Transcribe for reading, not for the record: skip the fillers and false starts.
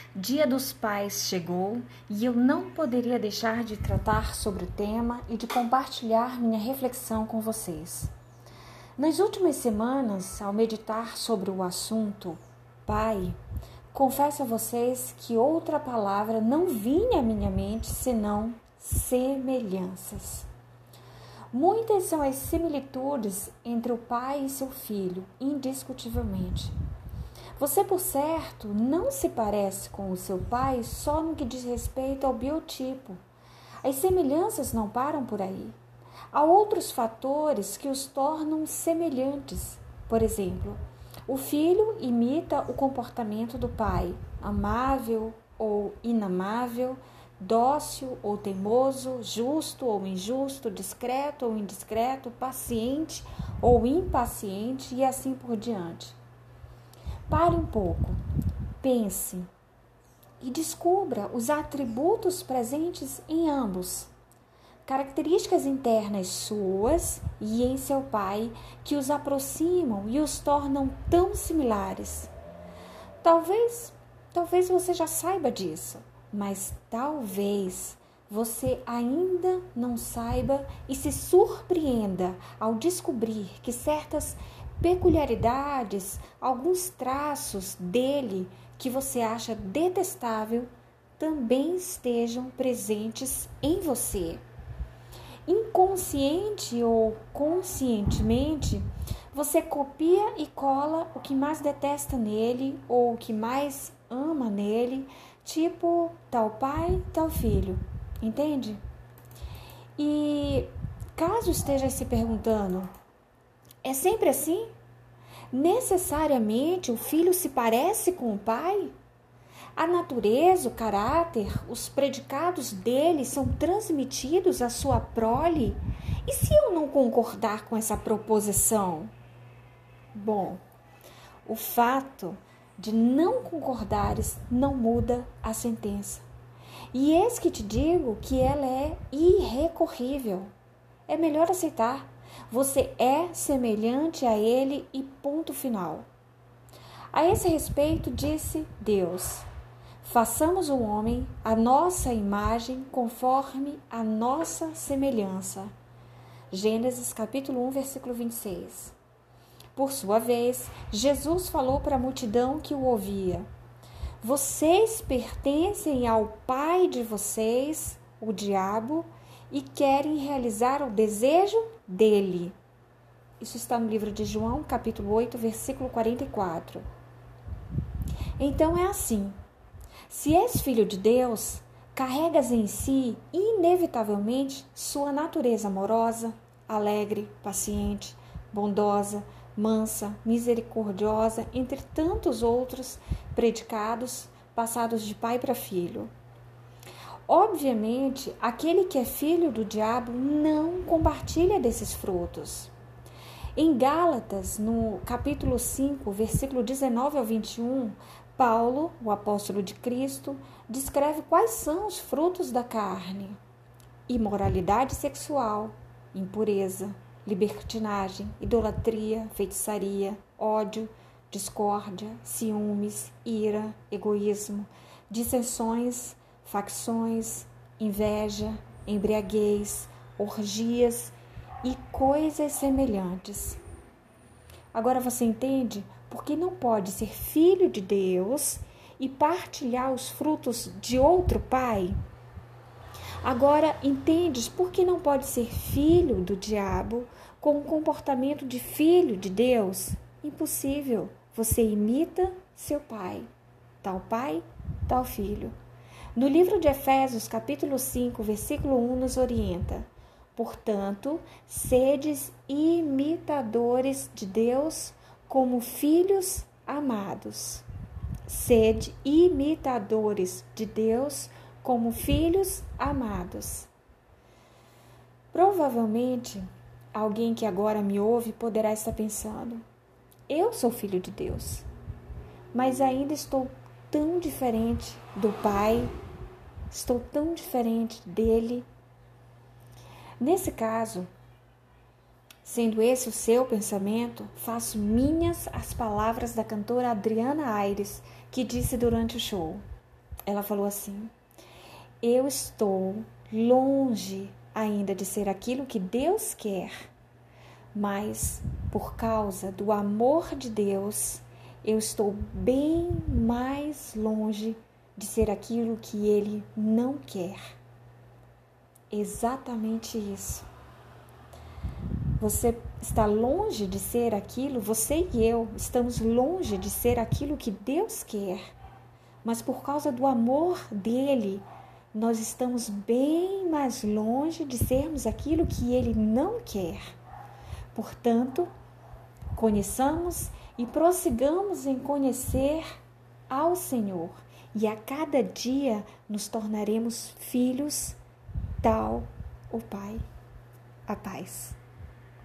Dia dos Pais chegou e eu não poderia deixar de tratar sobre o tema e de compartilhar minha reflexão com vocês. Nas últimas semanas, ao meditar sobre o assunto pai, confesso a vocês que outra palavra não vinha à minha mente senão semelhanças. Muitas são as similitudes entre o pai e seu filho, indiscutivelmente. Você, por certo, não se parece com o seu pai só no que diz respeito ao biotipo. As semelhanças não param por aí. Há outros fatores que os tornam semelhantes. Por exemplo, o filho imita o comportamento do pai, amável ou inamável, dócil ou teimoso, justo ou injusto, discreto ou indiscreto, paciente ou impaciente e assim por diante. Pare um pouco, pense e descubra os atributos presentes em ambos. Características internas suas e em seu pai que os aproximam e os tornam tão similares. Talvez você já saiba disso, mas talvez você ainda não saiba e se surpreenda ao descobrir que certas peculiaridades, alguns traços dele que você acha detestável, também estejam presentes em você. Inconsciente ou conscientemente, você copia e cola o que mais detesta nele ou o que mais ama nele, tipo tal pai, tal filho, entende? E caso esteja se perguntando, é sempre assim? Necessariamente o filho se parece com o pai? A natureza, o caráter, os predicados dele são transmitidos à sua prole? E se eu não concordar com essa proposição? Bom, o fato de não concordares não muda a sentença. E eis que te digo que ela é irrecorrível. É melhor aceitar. Você é semelhante a ele e ponto final. A esse respeito disse Deus: façamos o homem à nossa imagem conforme a nossa semelhança. Gênesis capítulo 1, versículo 26. Por sua vez, Jesus falou para a multidão que o ouvia: vocês pertencem ao pai de vocês, o diabo, e querem realizar o desejo dele. Isso está no livro de João, capítulo 8, versículo 44. Então é assim: se és filho de Deus, carregas em si, inevitavelmente, sua natureza amorosa, alegre, paciente, bondosa, mansa, misericordiosa, entre tantos outros predicados passados de pai para filho. Obviamente, aquele que é filho do diabo não compartilha desses frutos. Em Gálatas, no capítulo 5, versículo 19 ao 21, Paulo, o apóstolo de Cristo, descreve quais são os frutos da carne: imoralidade sexual, impureza, libertinagem, idolatria, feitiçaria, ódio, discórdia, ciúmes, ira, egoísmo, dissensões, facções, inveja, embriaguez, orgias e coisas semelhantes. Agora você entende por que não pode ser filho de Deus e partilhar os frutos de outro pai? Agora entendes por que não pode ser filho do diabo com o comportamento de filho de Deus? Impossível. Você imita seu pai, tal filho. No livro de Efésios, capítulo 5, versículo 1, nos orienta: portanto, sedes imitadores de Deus como filhos amados. Sede imitadores de Deus como filhos amados. Provavelmente, alguém que agora me ouve poderá estar pensando: eu sou filho de Deus, mas ainda estou tão diferente do Pai, estou tão diferente dele. Nesse caso, sendo esse o seu pensamento, faço minhas as palavras da cantora Adriana Aires, que disse durante o show: ela falou assim: eu estou longe ainda de ser aquilo que Deus quer, mas por causa do amor de Deus, eu estou bem mais longe de ser aquilo que Ele não quer. Exatamente isso. Você está longe de ser aquilo, você e eu estamos longe de ser aquilo que Deus quer, mas por causa do amor dele, nós estamos bem mais longe de sermos aquilo que Ele não quer. Portanto, conheçamos e prossigamos em conhecer ao Senhor, e a cada dia nos tornaremos filhos tal o Pai. A paz.